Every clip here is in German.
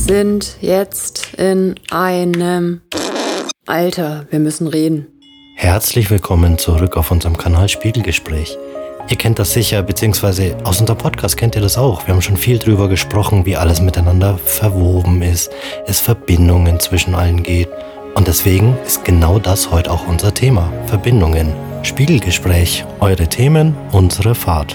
sind jetzt in einem... Alter, wir müssen reden. Herzlich willkommen zurück auf unserem Kanal Spiegelgespräch. Ihr kennt das sicher, beziehungsweise aus unserem Podcast kennt ihr das auch. Wir haben schon viel drüber gesprochen, wie alles miteinander verwoben ist, es Verbindungen zwischen allen geht. Und deswegen ist genau das heute auch unser Thema. Verbindungen. Spiegelgespräch. Eure Themen, unsere Fahrt.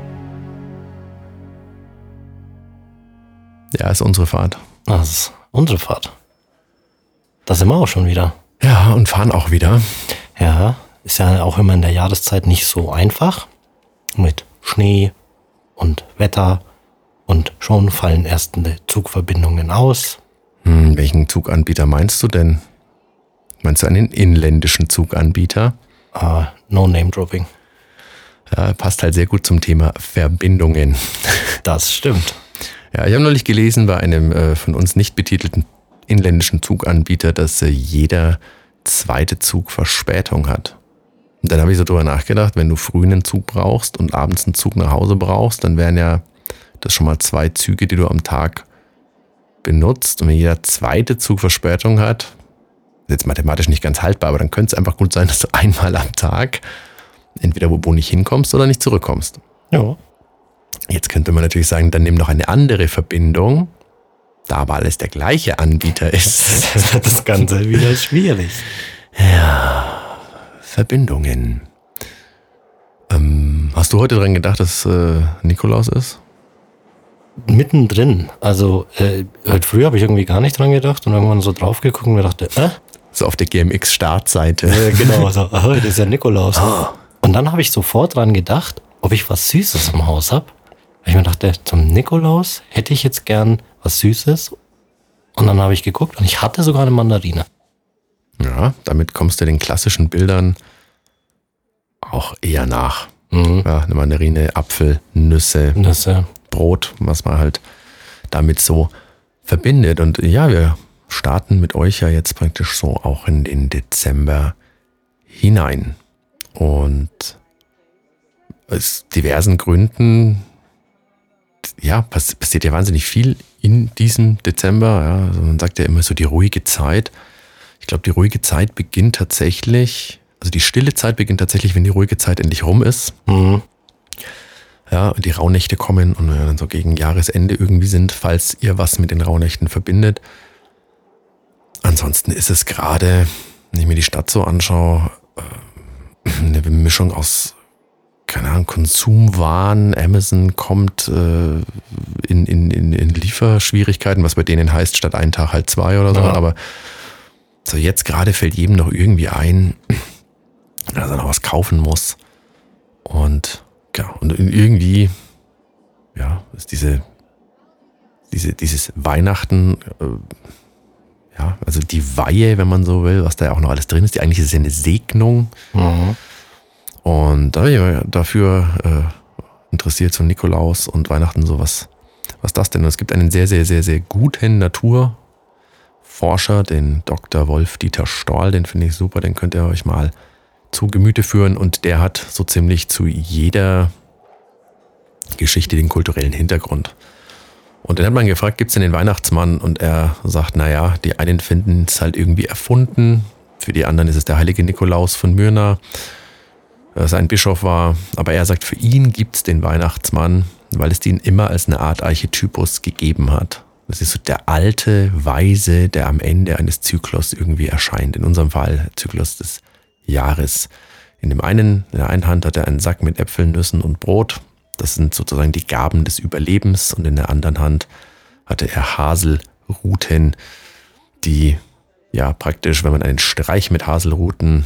Ja, ist unsere Fahrt. Das ist unsere Fahrt. Da sind wir auch schon wieder. Ja, und fahren auch wieder. Ja, ist ja auch immer in der Jahreszeit nicht so einfach. Mit Schnee und Wetter und schon fallen erste Zugverbindungen aus. Welchen Zuganbieter meinst du denn? Meinst du einen inländischen Zuganbieter? No Name Dropping. Ja, passt halt sehr gut zum Thema Verbindungen. Das stimmt. Ja, ich habe neulich gelesen bei einem von uns nicht betitelten inländischen Zuganbieter, dass jeder zweite Zug Verspätung hat. Und dann habe ich so drüber nachgedacht, wenn du früh einen Zug brauchst und abends einen Zug nach Hause brauchst, dann wären ja das schon mal 2 Züge, die du am Tag benutzt. Und wenn jeder zweite Zug Verspätung hat, ist jetzt mathematisch nicht ganz haltbar, aber dann könnte es einfach gut sein, dass du einmal am Tag entweder wo nicht hinkommst oder nicht zurückkommst. Ja. Jetzt könnte man natürlich sagen, dann nimm noch eine andere Verbindung, da aber alles der gleiche Anbieter ist. Das wird das Ganze wieder schwierig. Ja, Verbindungen. Hast du heute dran gedacht, dass Nikolaus ist? Mittendrin. Also heute früh habe ich irgendwie gar nicht dran gedacht und irgendwann so drauf geguckt und mir dachte, So auf der GMX-Startseite. Genau, so, heute ist ja Nikolaus. Und dann habe ich sofort dran gedacht, ob ich was Süßes im Haus habe. Weil ich mir dachte, zum Nikolaus hätte ich jetzt gern was Süßes. Und dann habe ich geguckt und ich hatte sogar eine Mandarine. Ja, damit kommst du den klassischen Bildern auch eher nach. Ja, eine Mandarine, Apfel, Nüsse, Brot, was man halt damit so verbindet. Und ja, wir starten mit euch ja jetzt praktisch so auch in den Dezember hinein. Und aus diversen Gründen, ja, passiert ja wahnsinnig viel in diesem Dezember. Ja, also man sagt ja immer so die ruhige Zeit. Ich glaube, die ruhige Zeit beginnt tatsächlich, also die stille Zeit beginnt tatsächlich, wenn die ruhige Zeit endlich rum ist. Ja, und die Rauhnächte kommen und dann so gegen Jahresende irgendwie sind, falls ihr was mit den Rauhnächten verbindet. Ansonsten ist es gerade, wenn ich mir die Stadt so anschaue, eine Mischung aus, keine Ahnung, Konsumwahn. Amazon kommt in Lieferschwierigkeiten, was bei denen heißt, statt einen Tag halt 2 oder so. Ja. Aber so jetzt gerade fällt jedem noch irgendwie ein, dass er noch was kaufen muss. Und ja, und irgendwie, ja, ist dieses Weihnachten, ja, also die Weihe, wenn man so will, was da ja auch noch alles drin ist, eigentlich ist es ja eine Segnung. Und da bin ich dafür interessiert, so Nikolaus und Weihnachten, sowas. Was ist das denn? Und es gibt einen sehr, sehr, sehr, sehr guten Naturforscher, den Dr. Wolf-Dieter Storl, den finde ich super, den könnt ihr euch mal zu Gemüte führen. Und der hat so ziemlich zu jeder Geschichte den kulturellen Hintergrund. Und dann hat man gefragt, gibt es denn den Weihnachtsmann? Und er sagt, naja, die einen finden es halt irgendwie erfunden, für die anderen ist es der heilige Nikolaus von Myrna, sein Bischof war, aber er sagt, für ihn gibt es den Weihnachtsmann, weil es den immer als eine Art Archetypus gegeben hat. Das ist so der alte Weise, der am Ende eines Zyklus irgendwie erscheint. In unserem Fall Zyklus des Jahres. In der einen Hand hat er einen Sack mit Äpfeln, Nüssen und Brot. Das sind sozusagen die Gaben des Überlebens. Und in der anderen Hand hatte er Haselruten, die ja praktisch, wenn man einen Streich mit Haselruten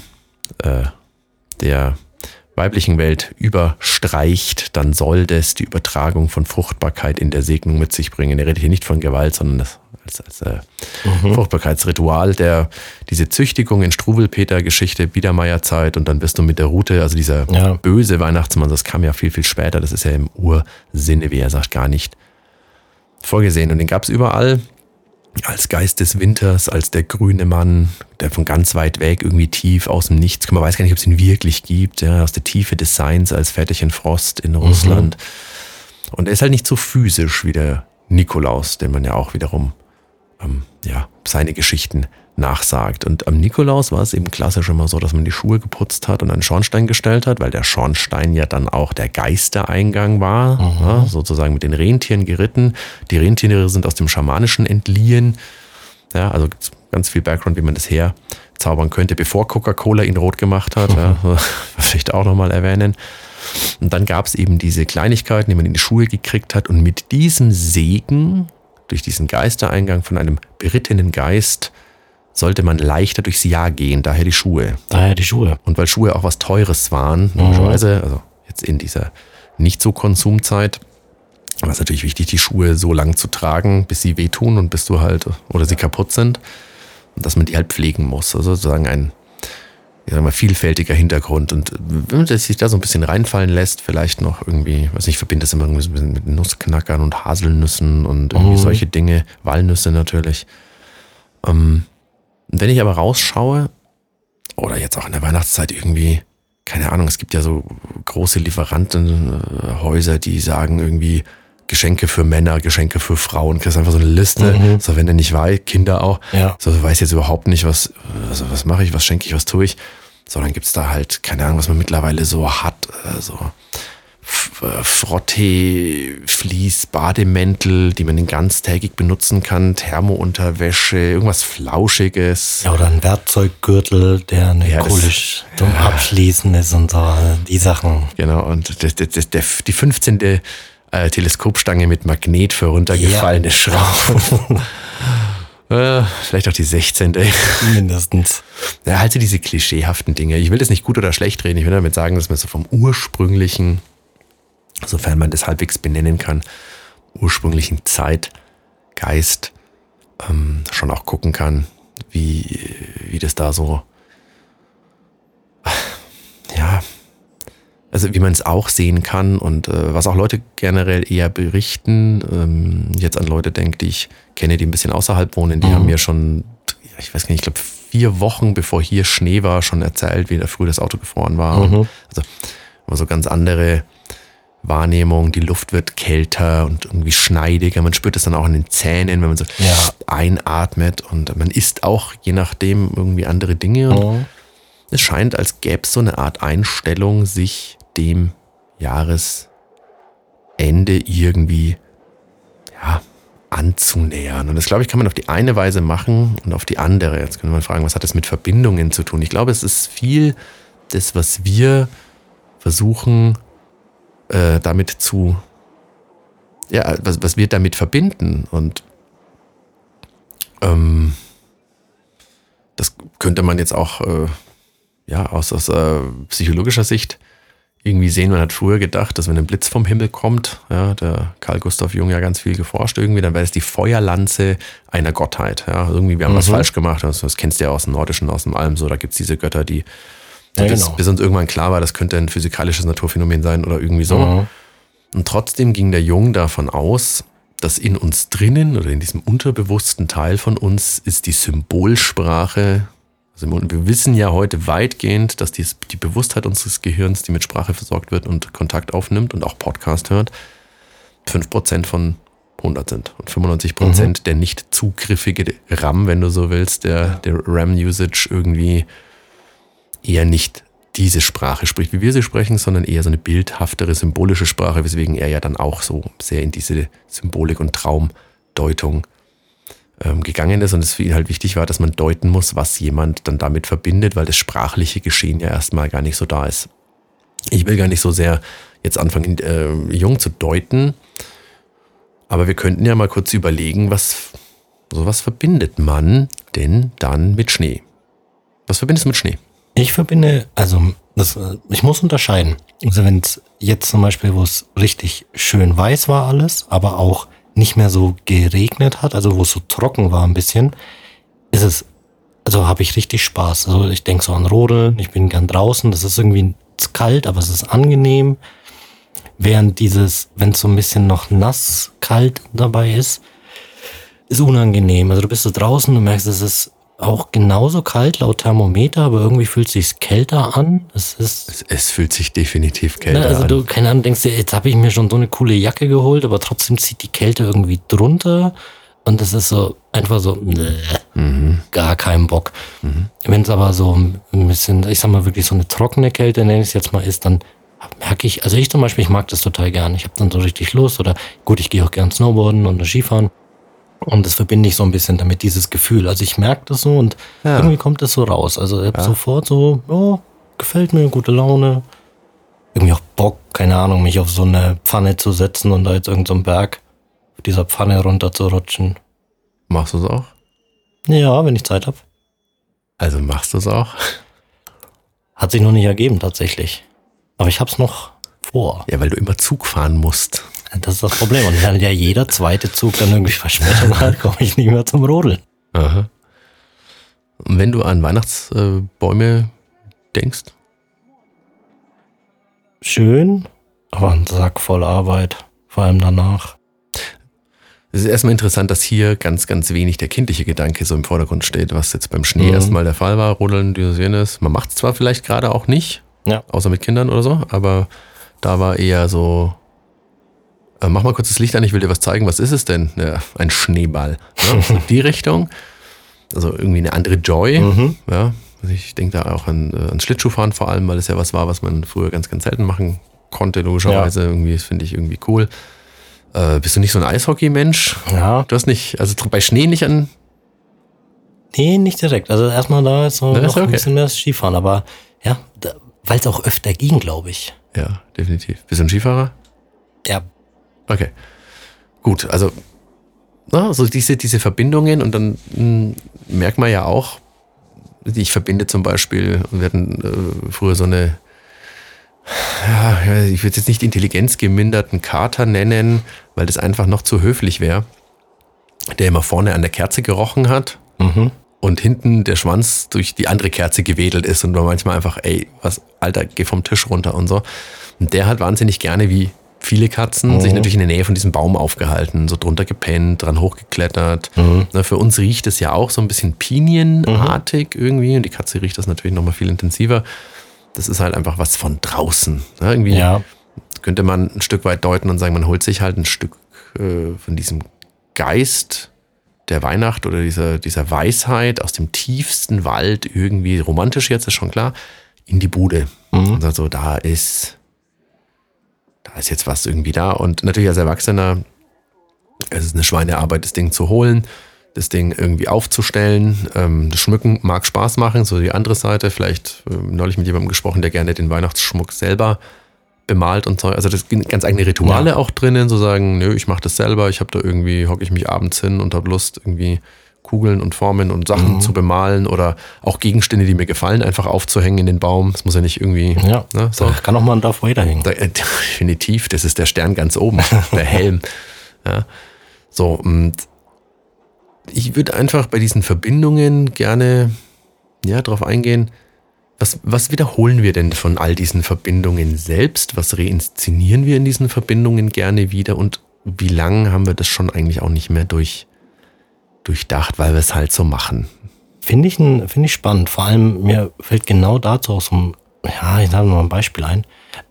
der weiblichen Welt überstreicht, dann soll das die Übertragung von Fruchtbarkeit in der Segnung mit sich bringen. Er redet hier nicht von Gewalt, sondern das als Fruchtbarkeitsritual, diese Züchtigung in Struwelpeter-Geschichte, Biedermeierzeit und dann bist du mit der Rute, also dieser böse Weihnachtsmann, das kam ja viel, viel später, das ist ja im Ursinne, wie er sagt, gar nicht vorgesehen. Und den gab es überall als Geist des Winters, als der grüne Mann, der von ganz weit weg irgendwie tief aus dem Nichts, man weiß gar nicht, ob es ihn wirklich gibt, ja, aus der Tiefe des Seins als Väterchen Frost in Russland. Und er ist halt nicht so physisch wie der Nikolaus, den man ja auch wiederum seine Geschichten nachsagt. Und am Nikolaus war es eben klassisch immer so, dass man die Schuhe geputzt hat und einen Schornstein gestellt hat, weil der Schornstein ja dann auch der Geistereingang war, sozusagen mit den Rentieren geritten. Die Rentiere sind aus dem Schamanischen entliehen. Ja, also ganz viel Background, wie man das herzaubern könnte, bevor Coca-Cola ihn rot gemacht hat. Ja, vielleicht auch nochmal erwähnen. Und dann gab es eben diese Kleinigkeiten, die man in die Schuhe gekriegt hat. Und mit diesem Segen, durch diesen Geistereingang von einem berittenen Geist, sollte man leichter durchs Jahr gehen. Daher die Schuhe. Und weil Schuhe auch was Teures waren, logischerweise, also jetzt in dieser nicht so Konsumzeit, war es natürlich wichtig, die Schuhe so lang zu tragen, bis sie wehtun und bis du halt, oder sie kaputt sind. Und dass man die halt pflegen muss. Also sozusagen ein, ich sag mal, vielfältiger Hintergrund. Und wenn man sich da so ein bisschen reinfallen lässt, vielleicht noch irgendwie, weiß nicht, verbindet es immer irgendwie so ein bisschen mit Nussknackern und Haselnüssen und irgendwie solche Dinge, Walnüsse natürlich. Und wenn ich aber rausschaue, oder jetzt auch in der Weihnachtszeit irgendwie, keine Ahnung, es gibt ja so große Lieferantenhäuser, die sagen irgendwie Geschenke für Männer, Geschenke für Frauen, kriegst einfach so eine Liste, so wenn du nicht weißt, Kinder auch, so du weißt jetzt überhaupt nicht, was mache ich, was schenke ich, was tue ich, so dann gibt's da halt, keine Ahnung, was man mittlerweile so hat, so Frottee, Vlies, Bademäntel, die man den ganztägig benutzen kann, Thermounterwäsche, irgendwas Flauschiges. Ja, oder ein Werkzeuggürtel, der alkoholisch zum Abschließen ist und so, die Sachen. Genau, und die 15. Teleskopstange mit Magnet für runtergefallene Schrauben. Vielleicht auch die 16. Mindestens. Ja, halt so diese klischeehaften Dinge. Ich will das nicht gut oder schlecht reden. Ich will damit sagen, dass man so vom ursprünglichen, sofern man das halbwegs benennen kann, ursprünglichen Zeitgeist schon auch gucken kann, wie das da so, also wie man es auch sehen kann und was auch Leute generell eher berichten, jetzt an Leute denkt, die ich kenne, die ein bisschen außerhalb wohnen, die haben mir schon, ich weiß gar nicht, ich glaube 4 Wochen bevor hier Schnee war, schon erzählt, wie da früh das Auto gefroren war. Und also so ganz andere Wahrnehmung, die Luft wird kälter und irgendwie schneidiger, man spürt es dann auch an den Zähnen, wenn man so einatmet und man isst auch je nachdem irgendwie andere Dinge und es scheint, als gäbe es so eine Art Einstellung, sich dem Jahresende irgendwie anzunähern. Und das, glaube ich, kann man auf die eine Weise machen und auf die andere. Jetzt könnte man fragen, was hat das mit Verbindungen zu tun? Ich glaube, es ist viel das, was wir versuchen damit zu, was wir damit verbinden. Und das könnte man jetzt auch aus psychologischer Sicht irgendwie sehen. Man hat früher gedacht, dass wenn ein Blitz vom Himmel kommt, der Carl Gustav Jung ja ganz viel geforscht irgendwie, dann wäre es die Feuerlanze einer Gottheit. Ja, irgendwie, wir haben was falsch gemacht. Das kennst du ja aus dem Nordischen, aus dem Alm so. Da gibt es diese Götter, die bis uns irgendwann klar war, das könnte ein physikalisches Naturphänomen sein oder irgendwie so. Und trotzdem ging der Jung davon aus, dass in uns drinnen oder in diesem unterbewussten Teil von uns ist die Symbolsprache. Also wir wissen ja heute weitgehend, dass die Bewusstheit unseres Gehirns, die mit Sprache versorgt wird und Kontakt aufnimmt und auch Podcast hört, 5% von 100 sind. Und 95% der nicht zugriffige RAM, wenn du so willst, der RAM-Usage irgendwie eher nicht diese Sprache spricht, wie wir sie sprechen, sondern eher so eine bildhaftere, symbolische Sprache, weswegen er ja dann auch so sehr in diese Symbolik und Traumdeutung gegangen ist und es für ihn halt wichtig war, dass man deuten muss, was jemand dann damit verbindet, weil das sprachliche Geschehen ja erstmal gar nicht so da ist. Ich will gar nicht so sehr jetzt anfangen, Jung zu deuten, aber wir könnten ja mal kurz überlegen, was verbindet man denn dann mit Schnee? Was verbindest du mit Schnee? Ich verbinde, ich muss unterscheiden. Also wenn es jetzt zum Beispiel, wo es richtig schön weiß war alles, aber auch nicht mehr so geregnet hat, also wo es so trocken war ein bisschen, habe ich richtig Spaß. Also ich denke so an Rodeln, ich bin gern draußen, das ist irgendwie kalt, aber es ist angenehm. Während wenn es so ein bisschen noch nass, kalt dabei ist unangenehm. Also du bist so draußen, du merkst, es ist auch genauso kalt laut Thermometer, aber irgendwie fühlt es sich kälter an. Es fühlt sich definitiv kälter an. Also du, keine Ahnung, denkst dir, jetzt habe ich mir schon so eine coole Jacke geholt, aber trotzdem zieht die Kälte irgendwie drunter. Und das ist so einfach so, gar keinen Bock. Wenn es aber so ein bisschen, ich sag mal wirklich so eine trockene Kälte, nenne ich es jetzt mal, ist, dann merke ich, also ich zum Beispiel, ich mag das total gern. Ich habe dann so richtig Lust oder gut, ich gehe auch gern Snowboarden und Skifahren. Und das verbinde ich so ein bisschen damit, dieses Gefühl. Also ich merke das so und irgendwie kommt das so raus. Also ich habe sofort so, gefällt mir, gute Laune. Irgendwie auch Bock, keine Ahnung, mich auf so eine Pfanne zu setzen und da jetzt irgend so einen Berg auf dieser Pfanne runter zu rutschen. Machst du es auch? Ja, wenn ich Zeit habe. Also machst du es auch? Hat sich noch nicht ergeben, tatsächlich. Aber ich hab's noch vor. Ja, weil du immer Zug fahren musst. Das ist das Problem. Und wenn ja jeder zweite Zug dann irgendwie Verspätung hat, komme ich nicht mehr zum Rodeln. Aha. Und wenn du an Weihnachtsbäume denkst? Schön, aber ein Sack voll Arbeit. Vor allem danach. Es ist erstmal interessant, dass hier ganz, ganz wenig der kindliche Gedanke so im Vordergrund steht, was jetzt beim Schnee erstmal der Fall war. Rodeln, dieses, jenes. Man macht es zwar vielleicht gerade auch nicht, außer mit Kindern oder so, aber da war eher so, mach mal kurz das Licht an, ich will dir was zeigen. Was ist es denn? Ja, ein Schneeball. Ja, so die Richtung. Also irgendwie eine andere Joy. Ja, also ich denke da auch an Schlittschuhfahren vor allem, weil es ja was war, was man früher ganz, ganz selten machen konnte, logischerweise. Irgendwie, das finde ich irgendwie cool. Bist du nicht so ein Eishockey-Mensch? Ja. Du hast nicht, also bei Schnee nicht an... Nee, nicht direkt. Also erstmal da ist so noch okay. ein bisschen mehr das Skifahren, aber ja, weil es auch öfter ging, glaube ich. Ja, definitiv. Bist du ein Skifahrer? Ja. Okay. Gut, also so diese Verbindungen und dann merkt man ja auch, ich verbinde zum Beispiel, wir hatten früher so eine, ich würde es jetzt nicht intelligenzgeminderten Kater nennen, weil das einfach noch zu höflich wäre, der immer vorne an der Kerze gerochen hat und hinten der Schwanz durch die andere Kerze gewedelt ist und man manchmal einfach, Alter, geh vom Tisch runter und so. Und der hat wahnsinnig gerne, wie viele Katzen, sich natürlich in der Nähe von diesem Baum aufgehalten, so drunter gepennt, dran hochgeklettert. Na, für uns riecht es ja auch so ein bisschen pinienartig irgendwie und die Katze riecht das natürlich nochmal viel intensiver. Das ist halt einfach was von draußen. Ja, irgendwie könnte man ein Stück weit deuten und sagen, man holt sich halt ein Stück von diesem Geist der Weihnacht oder dieser Weisheit aus dem tiefsten Wald, irgendwie romantisch jetzt, ist schon klar, in die Bude. Und also da ist jetzt was irgendwie da. Und natürlich als Erwachsener, es ist eine Schweinearbeit, das Ding zu holen, das Ding irgendwie aufzustellen. Das Schmücken mag Spaß machen, so die andere Seite. Vielleicht neulich mit jemandem gesprochen, der gerne den Weihnachtsschmuck selber bemalt und so. Also das sind ganz eigene Rituale auch drinnen, so sagen, nö, ich mache das selber, ich habe da irgendwie, hocke ich mich abends hin und habe Lust, irgendwie Kugeln und Formen und Sachen zu bemalen oder auch Gegenstände, die mir gefallen, einfach aufzuhängen in den Baum. Das muss ja nicht irgendwie... Ja, so. Kann auch mal ein Darth Vader hängen. Definitiv, das ist der Stern ganz oben, der Helm. Ja. So, und ich würde einfach bei diesen Verbindungen gerne drauf eingehen, was wiederholen wir denn von all diesen Verbindungen selbst? Was reinszenieren wir in diesen Verbindungen gerne wieder? Und wie lange haben wir das schon eigentlich auch nicht mehr durchdacht, weil wir es halt so machen? Finde ich spannend. Vor allem, mir fällt genau dazu auch so ich sage mal ein Beispiel ein.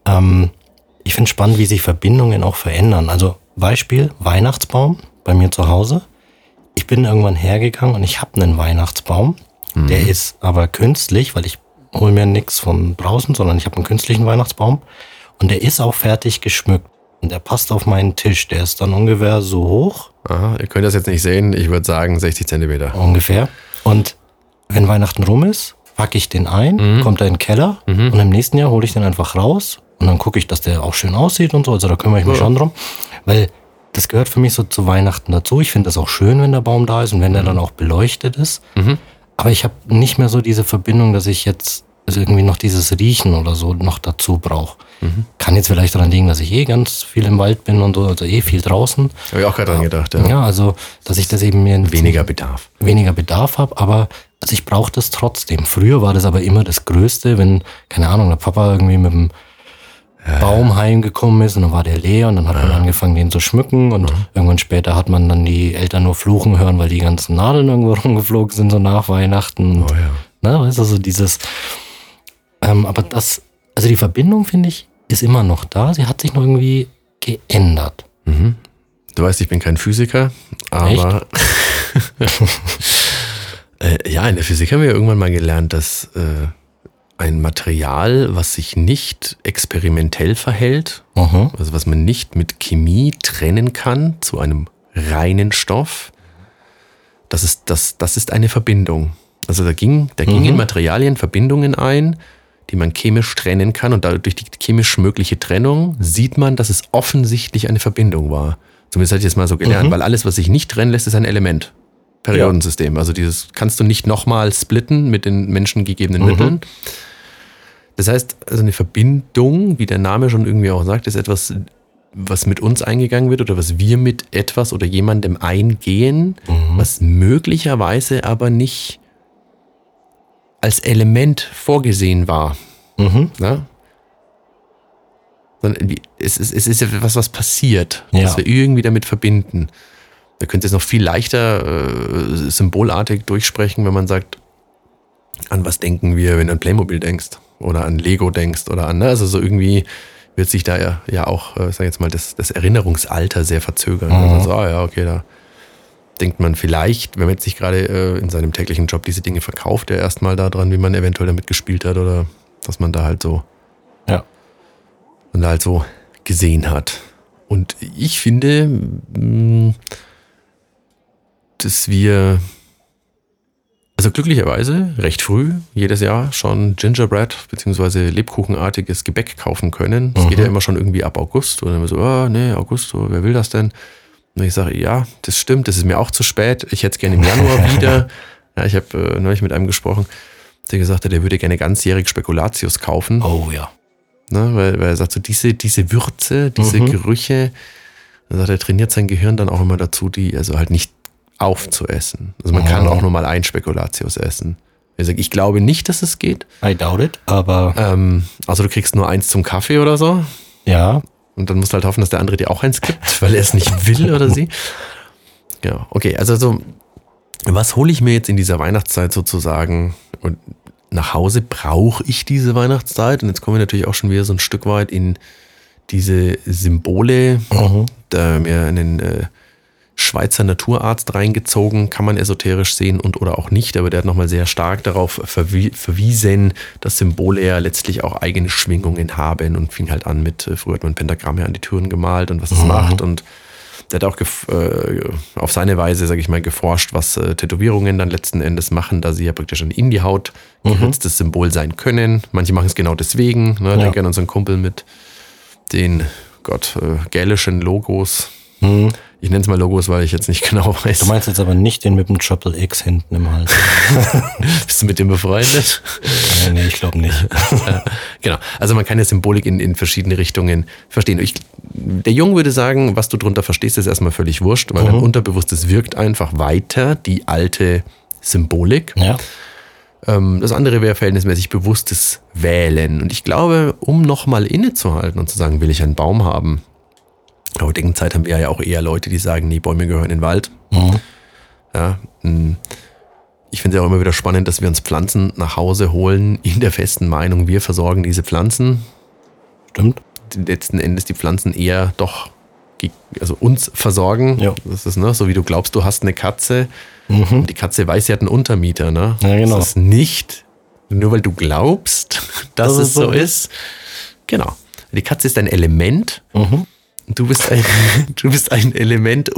Ich finde spannend, wie sich Verbindungen auch verändern. Also Beispiel, Weihnachtsbaum bei mir zu Hause. Ich bin irgendwann hergegangen und ich habe einen Weihnachtsbaum. Der ist aber künstlich, weil ich hole mir nichts von draußen, sondern ich habe einen künstlichen Weihnachtsbaum. Und der ist auch fertig geschmückt. Und der passt auf meinen Tisch. Der ist dann ungefähr so hoch. Aha, ihr könnt das jetzt nicht sehen. Ich würde sagen 60 Zentimeter. Ungefähr. Und wenn Weihnachten rum ist, packe ich den ein, kommt er in den Keller und im nächsten Jahr hole ich den einfach raus und dann gucke ich, dass der auch schön aussieht und so. Also da kümmere ich mich schon drum. Weil das gehört für mich so zu Weihnachten dazu. Ich finde das auch schön, wenn der Baum da ist und wenn der dann auch beleuchtet ist. Aber ich habe nicht mehr so diese Verbindung, dass ich jetzt irgendwie noch dieses Riechen oder so noch dazu brauche. Kann jetzt vielleicht daran liegen, dass ich ganz viel im Wald bin und so, also viel draußen. Habe ich auch gerade dran gedacht, Ja, also, dass ich das eben mir weniger Bedarf habe, aber also ich brauche das trotzdem. Früher war das aber immer das Größte, wenn, keine Ahnung, der Papa irgendwie mit dem Baum heimgekommen ist und dann war der leer und dann hat man angefangen, den zu schmücken und irgendwann später hat man dann die Eltern nur fluchen hören, weil die ganzen Nadeln irgendwo rumgeflogen sind, so nach Weihnachten. Und, weißt du, so dieses, aber das, also die Verbindung, finde ich, ist immer noch da. Sie hat sich noch irgendwie geändert. Du weißt, ich bin kein Physiker, aber ja, in der Physik haben wir irgendwann mal gelernt, dass ein Material, was sich nicht experimentell verhält, also was man nicht mit Chemie trennen kann zu einem reinen Stoff, das ist eine Verbindung. Also da ging in Materialien Verbindungen ein, die man chemisch trennen kann, und dadurch die chemisch mögliche Trennung sieht man, dass es offensichtlich eine Verbindung war. Zumindest hatte ich jetzt mal so gelernt, weil alles, was sich nicht trennen lässt, ist ein Element. Periodensystem. Also dieses kannst du nicht nochmal splitten mit den menschengegebenen Mitteln. Das heißt, also eine Verbindung, wie der Name schon irgendwie auch sagt, ist etwas, was mit uns eingegangen wird oder was wir mit etwas oder jemandem eingehen, was möglicherweise aber nicht als Element vorgesehen war. Ja? Sondern es ist etwas, was passiert, was wir irgendwie damit verbinden. Da könnt ihr es noch viel leichter symbolartig durchsprechen, wenn man sagt, an was denken wir, wenn du an Playmobil denkst oder an Lego denkst oder an, also so irgendwie wird sich da ja auch, sag jetzt mal, das Erinnerungsalter sehr verzögern. Also, okay, da denkt man vielleicht, wenn man jetzt nicht gerade in seinem täglichen Job diese Dinge verkauft, ja erstmal daran, wie man eventuell damit gespielt hat oder dass man da halt so gesehen hat. Und ich finde, dass wir also glücklicherweise recht früh jedes Jahr schon Gingerbread bzw. lebkuchenartiges Gebäck kaufen können. Das geht ja immer schon irgendwie ab August. Und dann immer so, August, wer will das denn? Und ich sage, ja, das stimmt, das ist mir auch zu spät. Ich hätte es gerne im Januar wieder. Ja, ich habe neulich mit einem gesprochen, der gesagt hat, er würde gerne ganzjährig Spekulatius kaufen. Oh ja. Ne, weil er sagt, so diese Würze, diese Gerüche, er sagt, er trainiert sein Gehirn dann auch immer dazu, die also halt nicht aufzuessen. Also man kann auch nur mal ein Spekulatius essen. Er sagt, ich glaube nicht, dass es geht. I doubt it, aber... also du kriegst nur eins zum Kaffee oder so. Ja. Und dann musst du halt hoffen, dass der andere dir auch eins gibt, weil er es nicht will oder sie. Ja, okay, also so, was hole ich mir jetzt in dieser Weihnachtszeit sozusagen und nach Hause? Brauche ich diese Weihnachtszeit? Und jetzt kommen wir natürlich auch schon wieder so ein Stück weit in diese Symbole. Da haben wir einen Schweizer Naturarzt reingezogen, kann man esoterisch sehen und oder auch nicht, aber der hat nochmal sehr stark darauf verwiesen, dass Symbole ja letztlich auch eigene Schwingungen haben und fing halt an mit, früher hat man Pentagramme an die Türen gemalt und was es macht, und der hat auch auf seine Weise, sage ich mal, geforscht, was Tätowierungen dann letzten Endes machen, da sie ja praktisch in die Haut geritztes Symbol sein können. Manche machen es genau deswegen, ne? Denke an unseren Kumpel mit den gälischen Logos. Ich nenne es mal Logos, weil ich jetzt nicht genau weiß. Du meinst jetzt aber nicht den mit dem Triple X hinten im Hals. Bist du mit dem befreundet? Nee, ich glaube nicht. Genau. Also man kann ja Symbolik in verschiedene Richtungen verstehen. Der Jung würde sagen, was du drunter verstehst, ist erstmal völlig wurscht, weil dein Unterbewusstes wirkt einfach weiter, die alte Symbolik. Ja. Das andere wäre verhältnismäßig bewusstes Wählen. Und ich glaube, um nochmal innezuhalten und zu sagen, will ich einen Baum haben? In der heutigen Zeit haben wir ja auch eher Leute, die sagen, nee, Bäume gehören in den Wald. Ja, ich finde es ja auch immer wieder spannend, dass wir uns Pflanzen nach Hause holen, in der festen Meinung, wir versorgen diese Pflanzen. Stimmt. Letzten Endes die Pflanzen eher doch uns versorgen. Ja. Das ist so, wie du glaubst, du hast eine Katze. Und die Katze weiß, sie hat einen Untermieter. Ne? Ja, genau. Das ist nicht, nur weil du glaubst, dass es so ist. Genau. Die Katze ist ein Element. Du bist ein Element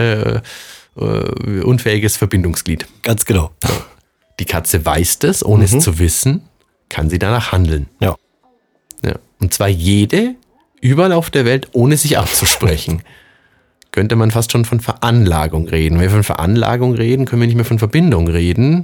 unfähiges Verbindungsglied. Ganz genau. Die Katze weiß das, ohne es zu wissen, kann sie danach handeln. Ja. Und zwar jede, überall auf der Welt, ohne sich abzusprechen. Könnte man fast schon von Veranlagung reden. Wenn wir von Veranlagung reden, können wir nicht mehr von Verbindung reden.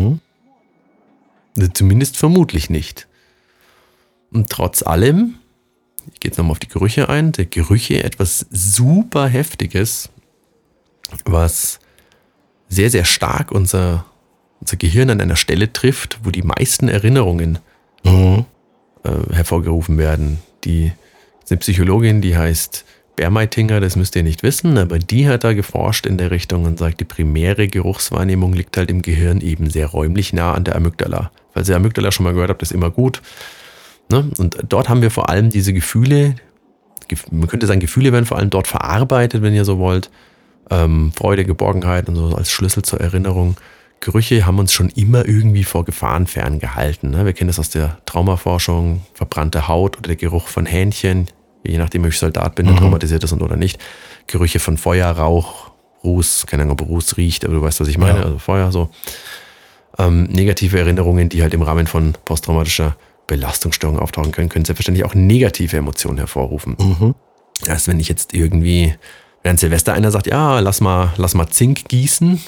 Zumindest vermutlich nicht. Und trotz allem, ich gehe jetzt nochmal auf die Gerüche ein, der Gerüche etwas super Heftiges, was sehr, sehr stark unser Gehirn an einer Stelle trifft, wo die meisten Erinnerungen hervorgerufen werden. Die ist eine Psychologin, die heißt Bermeitinger, das müsst ihr nicht wissen, aber die hat da geforscht in der Richtung und sagt, die primäre Geruchswahrnehmung liegt halt im Gehirn eben sehr räumlich nah an der Amygdala. Falls ihr Amygdala schon mal gehört habt, ist immer gut. Ne? Und dort haben wir vor allem diese Gefühle man könnte sagen, Gefühle werden vor allem dort verarbeitet, wenn ihr so wollt. Freude, Geborgenheit und so als Schlüssel zur Erinnerung. Gerüche haben uns schon immer irgendwie vor Gefahren ferngehalten. Ne? Wir kennen das aus der Traumaforschung, verbrannte Haut oder der Geruch von Hähnchen, je nachdem, ob ich Soldat bin, der traumatisiert ist oder nicht. Gerüche von Feuer, Rauch, Ruß, keine Ahnung, ob Ruß riecht, aber du weißt, was ich meine, also Feuer, so. Negative Erinnerungen, die halt im Rahmen von posttraumatischer Belastungsstörung auftauchen können selbstverständlich auch negative Emotionen hervorrufen. Erst wenn ich jetzt irgendwie, wenn an Silvester einer sagt, ja, lass mal Zink gießen,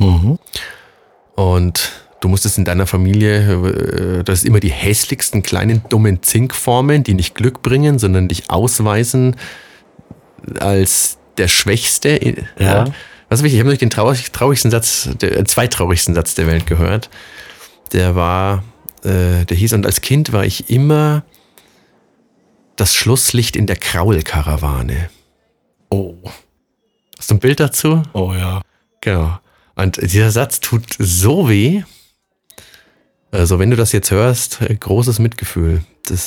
und du musstest in deiner Familie, das ist immer die hässlichsten kleinen dummen Zinkformen, die nicht Glück bringen, sondern dich ausweisen als der Schwächste. Ja. Was ist wichtig? Ich habe nämlich den traurigsten Satz, zweittraurigsten Satz der Welt gehört. Der hieß, und als Kind war ich immer das Schlusslicht in der Kraulkarawane. Oh. Hast du ein Bild dazu? Oh ja. Genau. Und dieser Satz tut so weh. Also wenn du das jetzt hörst, großes Mitgefühl.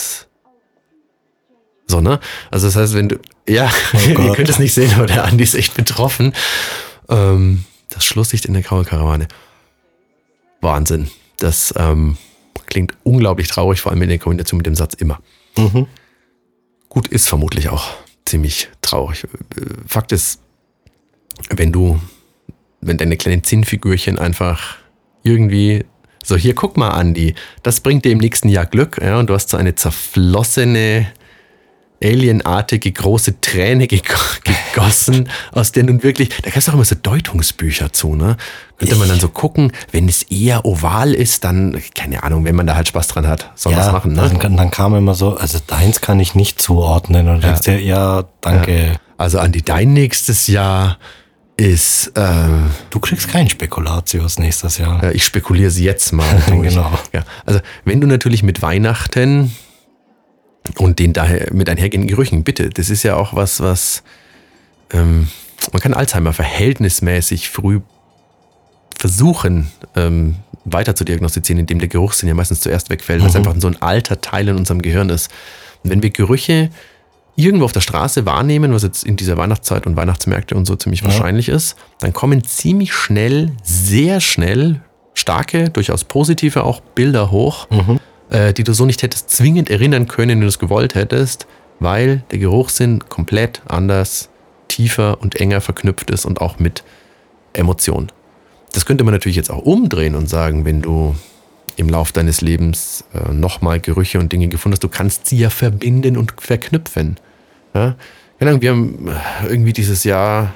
So, ne? Also das heißt, wenn du, ja, ihr könnt es nicht sehen, aber der Andi ist echt betroffen. Das Schlusslicht in der Kraulkarawane. Wahnsinn. Das klingt unglaublich traurig, vor allem in der Kombination mit dem Satz immer. Gut, ist vermutlich auch ziemlich traurig. Fakt ist, wenn deine kleinen Zinnfigürchen einfach irgendwie so, hier, guck mal, Andi, das bringt dir im nächsten Jahr Glück, ja, und du hast so eine zerflossene, alienartige, große Träne gegossen, aus der nun wirklich, da gab es auch immer so Deutungsbücher zu, ne? Könnte man dann so gucken, wenn es eher oval ist, dann, keine Ahnung, wenn man da halt Spaß dran hat, soll man das machen, ne? Dann kam immer so, also deins kann ich nicht zuordnen, und denkst dir, ja, danke. Ja. Also Andi, dein nächstes Jahr ist, du kriegst keinen Spekulatius nächstes Jahr. Ich spekuliere sie jetzt mal. Genau. Ja, also wenn du natürlich mit Weihnachten und den daher mit einhergehenden Gerüchen, bitte, das ist ja auch was man kann Alzheimer verhältnismäßig früh versuchen, weiter zu diagnostizieren, indem der Geruchssinn ja meistens zuerst wegfällt, weil es einfach so ein alter Teil in unserem Gehirn ist. Und wenn wir Gerüche irgendwo auf der Straße wahrnehmen, was jetzt in dieser Weihnachtszeit und Weihnachtsmärkte und so ziemlich wahrscheinlich ist, dann kommen ziemlich schnell, sehr schnell starke, durchaus positive auch Bilder hoch, die du so nicht hättest zwingend erinnern können, wenn du es gewollt hättest, weil der Geruchssinn komplett anders, tiefer und enger verknüpft ist und auch mit Emotionen. Das könnte man natürlich jetzt auch umdrehen und sagen, wenn du im Lauf deines Lebens nochmal Gerüche und Dinge gefunden hast, du kannst sie ja verbinden und verknüpfen. Ja? Keine Ahnung, wir haben irgendwie dieses Jahr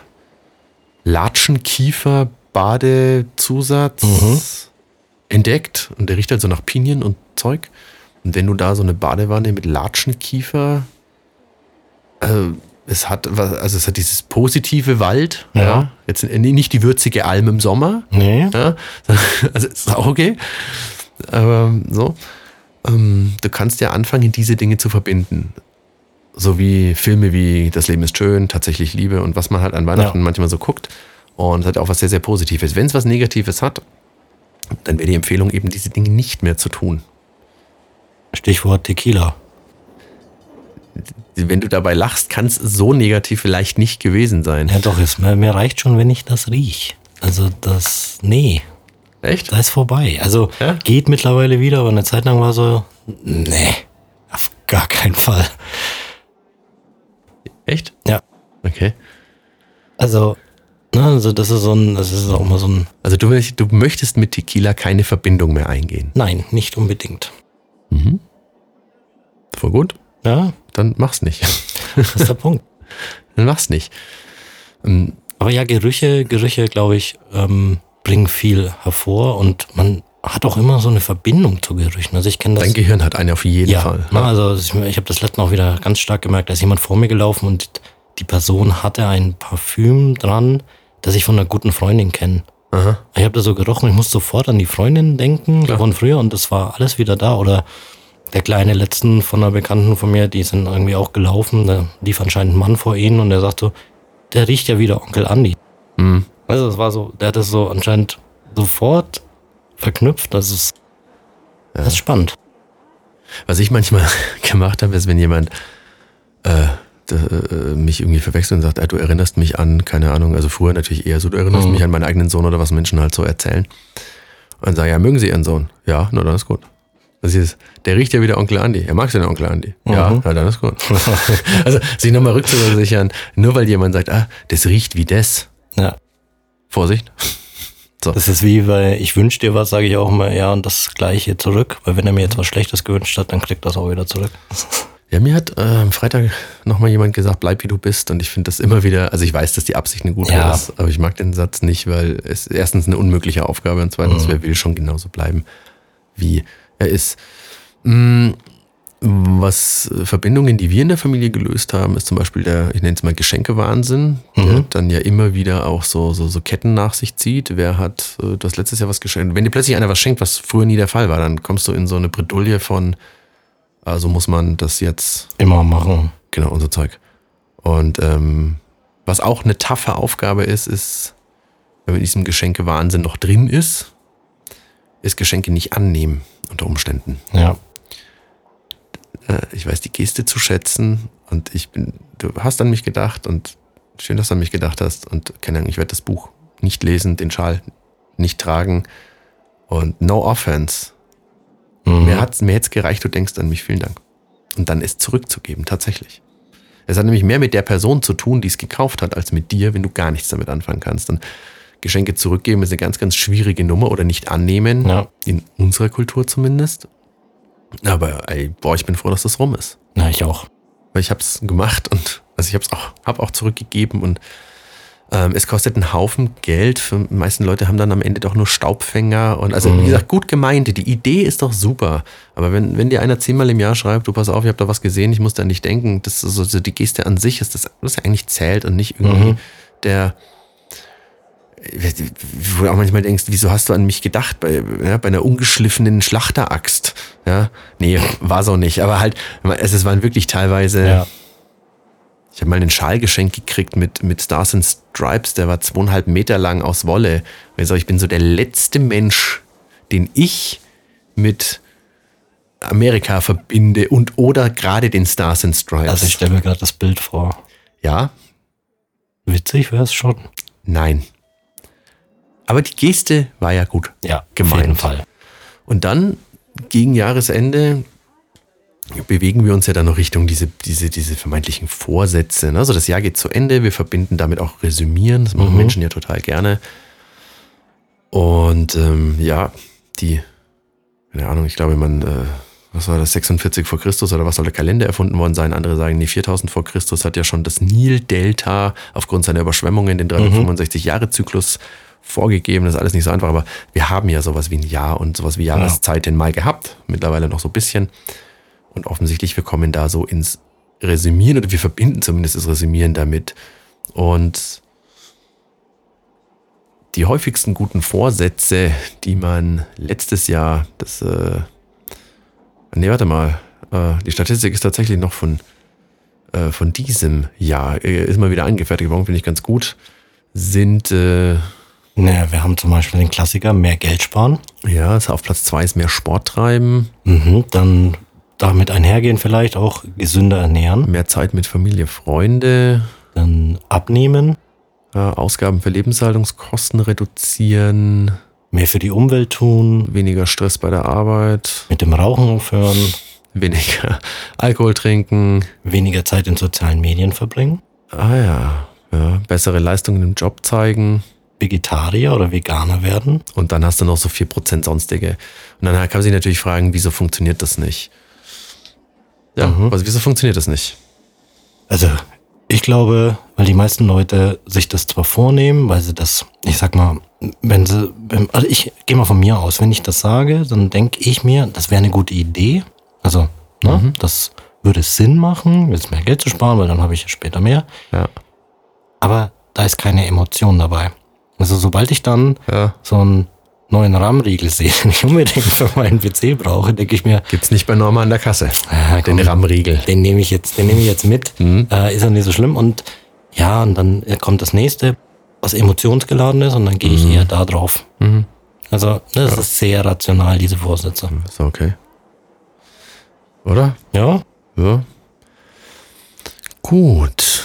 Latschenkiefer-Badezusatz entdeckt, und der riecht halt so nach Pinien und Zeug. Und wenn du da so eine Badewanne mit Latschenkiefer, es hat dieses positive Wald, ja. Jetzt nicht die würzige Alm im Sommer, ja. Also ist auch okay. Aber so, du kannst ja anfangen, diese Dinge zu verbinden. So wie Filme wie Das Leben ist schön, Tatsächlich Liebe und was man halt an Weihnachten manchmal so guckt. Und es hat auch was sehr, sehr Positives. Wenn es was Negatives hat, dann wäre die Empfehlung eben, diese Dinge nicht mehr zu tun. Stichwort Tequila. Wenn du dabei lachst, kann es so negativ vielleicht nicht gewesen sein. Ja doch, mir reicht schon, wenn ich das riech. Also nee. Echt? Da ist vorbei. Also geht mittlerweile wieder, aber eine Zeit lang war so, nee, auf gar keinen Fall. Echt? Ja. Okay. Also das ist auch mal so ein... Also du möchtest mit Tequila keine Verbindung mehr eingehen? Nein, nicht unbedingt. Voll gut. Ja. Dann mach's nicht. Das ist der Punkt. Dann mach's nicht. Aber ja, Gerüche, glaube ich, bringen viel hervor, und man hat auch immer so eine Verbindung zu Gerüchen. Also ich kenne das. Dein Gehirn hat eine auf jeden Fall. Ja, also ich habe das letzte Mal auch wieder ganz stark gemerkt, da ist jemand vor mir gelaufen und die Person hatte ein Parfüm dran, das ich von einer guten Freundin kenne. Ich habe da so gerochen, ich musste sofort an die Freundin denken, von früher, und das war alles wieder da. Oder der kleine letzten von einer Bekannten von mir, die sind irgendwie auch gelaufen, da lief anscheinend ein Mann vor ihnen und der sagt so, der riecht ja wieder Onkel Andi. Also das war so, der hat das so anscheinend sofort verknüpft, das ist spannend. Was ich manchmal gemacht habe, ist, wenn jemand, mich irgendwie verwechselt und sagt, du erinnerst mich an, keine Ahnung, also früher natürlich eher so, du erinnerst mich an meinen eigenen Sohn oder was Menschen halt so erzählen. Und dann sage ich, ja, mögen Sie Ihren Sohn? Ja, na dann ist gut. Das ist, der riecht ja wie der Onkel Andi. Er mag den Onkel Andi. Ja, na dann ist gut. Also sich nochmal rückzuversichern, nur weil jemand sagt, das riecht wie das. Ja. Vorsicht. So. Das ist wie, weil ich wünsche dir was, sage ich auch immer, ja, und das Gleiche zurück. Weil wenn er mir jetzt was Schlechtes gewünscht hat, dann kriegt das auch wieder zurück. Ja, mir hat am Freitag nochmal jemand gesagt, bleib wie du bist. Und ich finde das immer wieder, also ich weiß, dass die Absicht eine gute ist, aber ich mag den Satz nicht, weil es erstens eine unmögliche Aufgabe und zweitens, wer will schon genauso bleiben, wie er ist. Was Verbindungen, die wir in der Familie gelöst haben, ist zum Beispiel ich nenne es mal Geschenkewahnsinn, der dann ja immer wieder auch so Ketten nach sich zieht. Wer hat, du hast letztes Jahr was geschenkt. Wenn dir plötzlich einer was schenkt, was früher nie der Fall war, dann kommst du in so eine Bredouille von, also muss man das jetzt immer machen. Genau, unser Zeug. Und was auch eine taffe Aufgabe ist, wenn man in diesem Geschenkewahnsinn noch drin ist Geschenke nicht annehmen unter Umständen. Ja. Ich weiß die Geste zu schätzen und du hast an mich gedacht und schön, dass du an mich gedacht hast und keine Ahnung, ich werde das Buch nicht lesen, den Schal nicht tragen und no offense. Mir hätte es gereicht, du denkst an mich, vielen Dank. Und dann es zurückzugeben, tatsächlich. Es hat nämlich mehr mit der Person zu tun, die es gekauft hat, als mit dir, wenn du gar nichts damit anfangen kannst. Und Geschenke zurückgeben ist eine ganz, ganz schwierige Nummer oder nicht annehmen, in unserer Kultur zumindest. Aber ich bin froh, dass das rum ist. Na, ich auch. Weil ich habe es gemacht und also ich habe auch zurückgegeben und es kostet einen Haufen Geld. Die meisten Leute haben dann am Ende doch nur Staubfänger und also wie gesagt, gut gemeint. Die Idee ist doch super. Aber wenn dir einer 10-mal im Jahr schreibt, du pass auf, ich habe da was gesehen, ich muss da nicht denken, das ist so die Geste an sich ist das eigentlich zählt und nicht irgendwie wo du auch manchmal denkst, wieso hast du an mich gedacht bei einer ungeschliffenen Schlachteraxt? Ja, nee, war so nicht. Aber halt, es waren wirklich teilweise. Ja. Ich habe mal einen Schal geschenkt gekriegt mit Stars and Stripes, der war 2,5 Meter lang aus Wolle. Also ich bin so der letzte Mensch, den ich mit Amerika verbinde oder gerade den Stars and Stripes. Also ich stelle mir gerade das Bild vor. Ja. Witzig wäre es schon. Nein. Aber die Geste war ja gut gemeint. Auf jeden Fall. Und dann, gegen Jahresende, bewegen wir uns ja dann noch Richtung diese vermeintlichen Vorsätze. Also das Jahr geht zu Ende, wir verbinden damit auch Resümieren, das machen Menschen ja total gerne. Und keine Ahnung, ich glaube, was war das, 46 vor Christus oder was soll der Kalender erfunden worden sein? Andere sagen, nee, 4000 vor Christus hat ja schon das Nil-Delta aufgrund seiner Überschwemmungen den 365-Jahre-Zyklus vorgegeben. Das ist alles nicht so einfach, aber wir haben ja sowas wie ein Jahr und sowas wie Jahreszeiten mal gehabt. Mittlerweile noch so ein bisschen. Und offensichtlich, wir kommen da so ins Resümieren oder wir verbinden zumindest das Resümieren damit. Und die häufigsten guten Vorsätze, die man letztes Jahr, die Statistik ist tatsächlich noch von diesem Jahr, ist mal wieder angefertigt worden, finde ich ganz gut, sind wir haben zum Beispiel den Klassiker, mehr Geld sparen. Ja, auf Platz 2 ist mehr Sport treiben. Dann damit einhergehen vielleicht auch gesünder ernähren. Mehr Zeit mit Familie, Freunde. Dann abnehmen. Ausgaben für Lebenshaltungskosten reduzieren. Mehr für die Umwelt tun. Weniger Stress bei der Arbeit. Mit dem Rauchen aufhören. Weniger Alkohol trinken. Weniger Zeit in sozialen Medien verbringen. Ja. Bessere Leistungen im Job zeigen. Vegetarier oder Veganer werden. Und dann hast du noch so 4% sonstige. Und dann kann man sich natürlich fragen, wieso funktioniert das nicht? Ja, also wieso funktioniert das nicht? Also ich glaube, weil die meisten Leute sich das zwar vornehmen, weil sie das, ich sag mal, also ich gehe mal von mir aus, wenn ich das sage, dann denke ich mir, das wäre eine gute Idee. Also, das würde Sinn machen, jetzt mehr Geld zu sparen, weil dann habe ich später mehr. Ja. Aber da ist keine Emotion dabei. Also sobald ich dann so einen neuen RAM-Riegel sehe, den ich unbedingt für meinen PC brauche, denke ich mir... Gibt's nicht bei Norma an der Kasse, den RAM-Riegel. Den nehme ich jetzt mit, ist ja nicht so schlimm. Und ja, und dann kommt das nächste, was emotionsgeladen ist und dann gehe ich eher da drauf. Also das ist sehr rational, diese Vorsätze. Ist okay. Oder? Ja. Gut.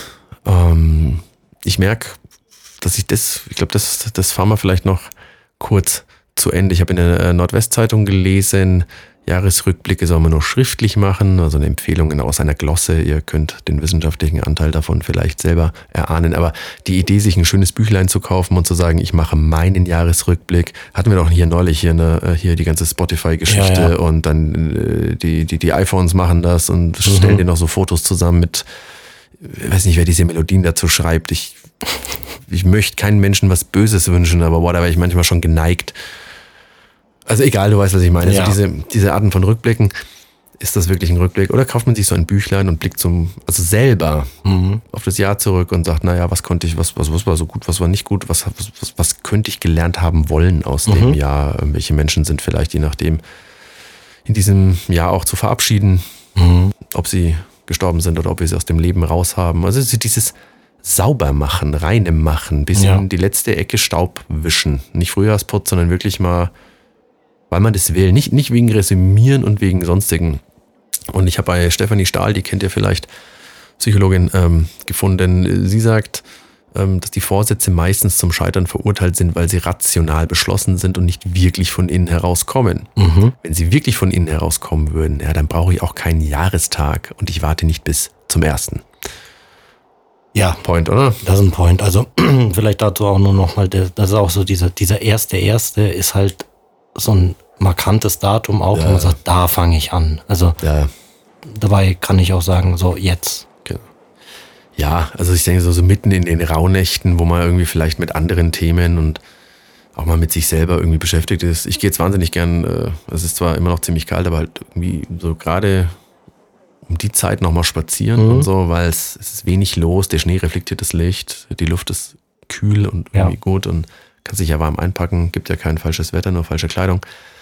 Ich merke, dass ich glaube, das fahren wir vielleicht noch kurz zu Ende. Ich habe in der Nordwestzeitung gelesen, Jahresrückblicke soll man nur schriftlich machen, also eine Empfehlung aus einer Glosse. Ihr könnt den wissenschaftlichen Anteil davon vielleicht selber erahnen. Aber die Idee, sich ein schönes Büchlein zu kaufen und zu sagen, ich mache meinen Jahresrückblick, hatten wir doch hier neulich hier die ganze Spotify-Geschichte Ja. und dann die iPhones machen das und stellen dir noch so Fotos zusammen mit, ich weiß nicht, wer diese Melodien dazu schreibt. Ich möchte keinen Menschen was Böses wünschen, aber da wäre ich manchmal schon geneigt. Also egal, du weißt, was ich meine. Ja. Also diese Arten von Rückblicken, ist das wirklich ein Rückblick? Oder kauft man sich so ein Büchlein und blickt selber auf das Jahr zurück und sagt, naja, was konnte ich, was war so gut, was war nicht gut, was könnte ich gelernt haben wollen aus dem Jahr? Welche Menschen sind vielleicht, je nachdem, in diesem Jahr auch zu verabschieden, ob sie gestorben sind oder ob wir sie aus dem Leben raus haben. Also dieses Saubermachen, reinem machen, bisschen die letzte Ecke Staub wischen. Nicht Frühjahrsputz, sondern wirklich mal, weil man das will. Nicht wegen Resümieren und wegen sonstigen. Und ich habe bei Stefanie Stahl, die kennt ihr vielleicht, Psychologin, gefunden. Sie sagt, dass die Vorsätze meistens zum Scheitern verurteilt sind, weil sie rational beschlossen sind und nicht wirklich von innen herauskommen. Wenn sie wirklich von innen herauskommen würden, ja, dann brauche ich auch keinen Jahrestag und ich warte nicht bis zum 1. Ja, Point, oder? das ist ein Point. Also vielleicht dazu auch nur nochmal, das ist auch so, dieser 1.1. ist halt so ein markantes Datum auch, wo man sagt, da fange ich an. Also dabei kann ich auch sagen, so jetzt. Genau. Ja, also ich denke so mitten in den Rauhnächten, wo man irgendwie vielleicht mit anderen Themen und auch mal mit sich selber irgendwie beschäftigt ist. Ich gehe jetzt wahnsinnig gern, es ist zwar immer noch ziemlich kalt, aber halt irgendwie so gerade um die Zeit nochmal spazieren und so, weil es ist wenig los, der Schnee reflektiert das Licht, die Luft ist kühl und irgendwie gut und kann sich ja warm einpacken, gibt ja kein falsches Wetter, nur falsche Kleidung.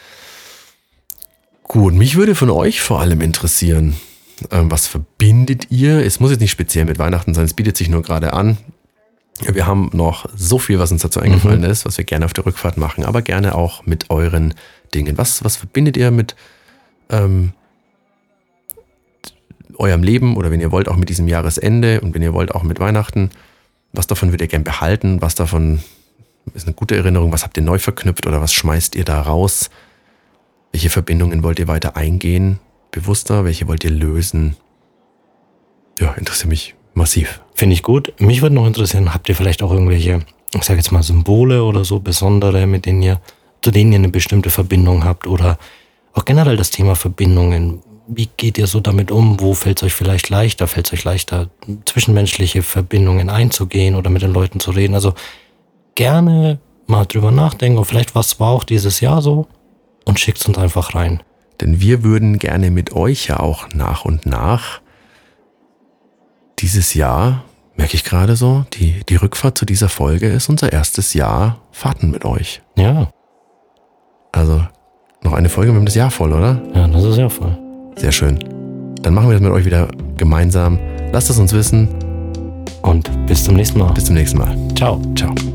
Gut, mich würde von euch vor allem interessieren, was verbindet ihr? Es muss jetzt nicht speziell mit Weihnachten sein, es bietet sich nur gerade an. Wir haben noch so viel, was uns dazu eingefallen ist, was wir gerne auf der Rückfahrt machen, aber gerne auch mit euren Dingen. Was verbindet ihr mit eurem Leben oder wenn ihr wollt auch mit diesem Jahresende und wenn ihr wollt auch mit Weihnachten? Was davon würdet ihr gern behalten? Was davon ist eine gute Erinnerung? Was habt ihr neu verknüpft oder was schmeißt ihr da raus? Welche Verbindungen wollt ihr weiter eingehen? Bewusster? Welche wollt ihr lösen? Ja, interessiert mich massiv. Finde ich gut. Mich würde noch interessieren, habt ihr vielleicht auch irgendwelche, ich sage jetzt mal Symbole oder so, besondere, zu denen ihr eine bestimmte Verbindung habt oder auch generell das Thema Verbindungen. Wie geht ihr so damit um? Wo fällt es euch vielleicht leichter? Fällt es euch leichter, zwischenmenschliche Verbindungen einzugehen oder mit den Leuten zu reden? Also gerne mal drüber nachdenken und vielleicht was war auch dieses Jahr so und schickt es uns einfach rein. Denn wir würden gerne mit euch ja auch nach und nach dieses Jahr, merke ich gerade so, die Rückfahrt zu dieser Folge ist unser erstes Jahr Fahrten mit euch. Ja. Also noch eine Folge, wir haben das Jahr voll, oder? Ja, das ist ja voll. Sehr schön. Dann machen wir das mit euch wieder gemeinsam. Lasst es uns wissen. Und bis zum nächsten Mal. Bis zum nächsten Mal. Ciao. Ciao.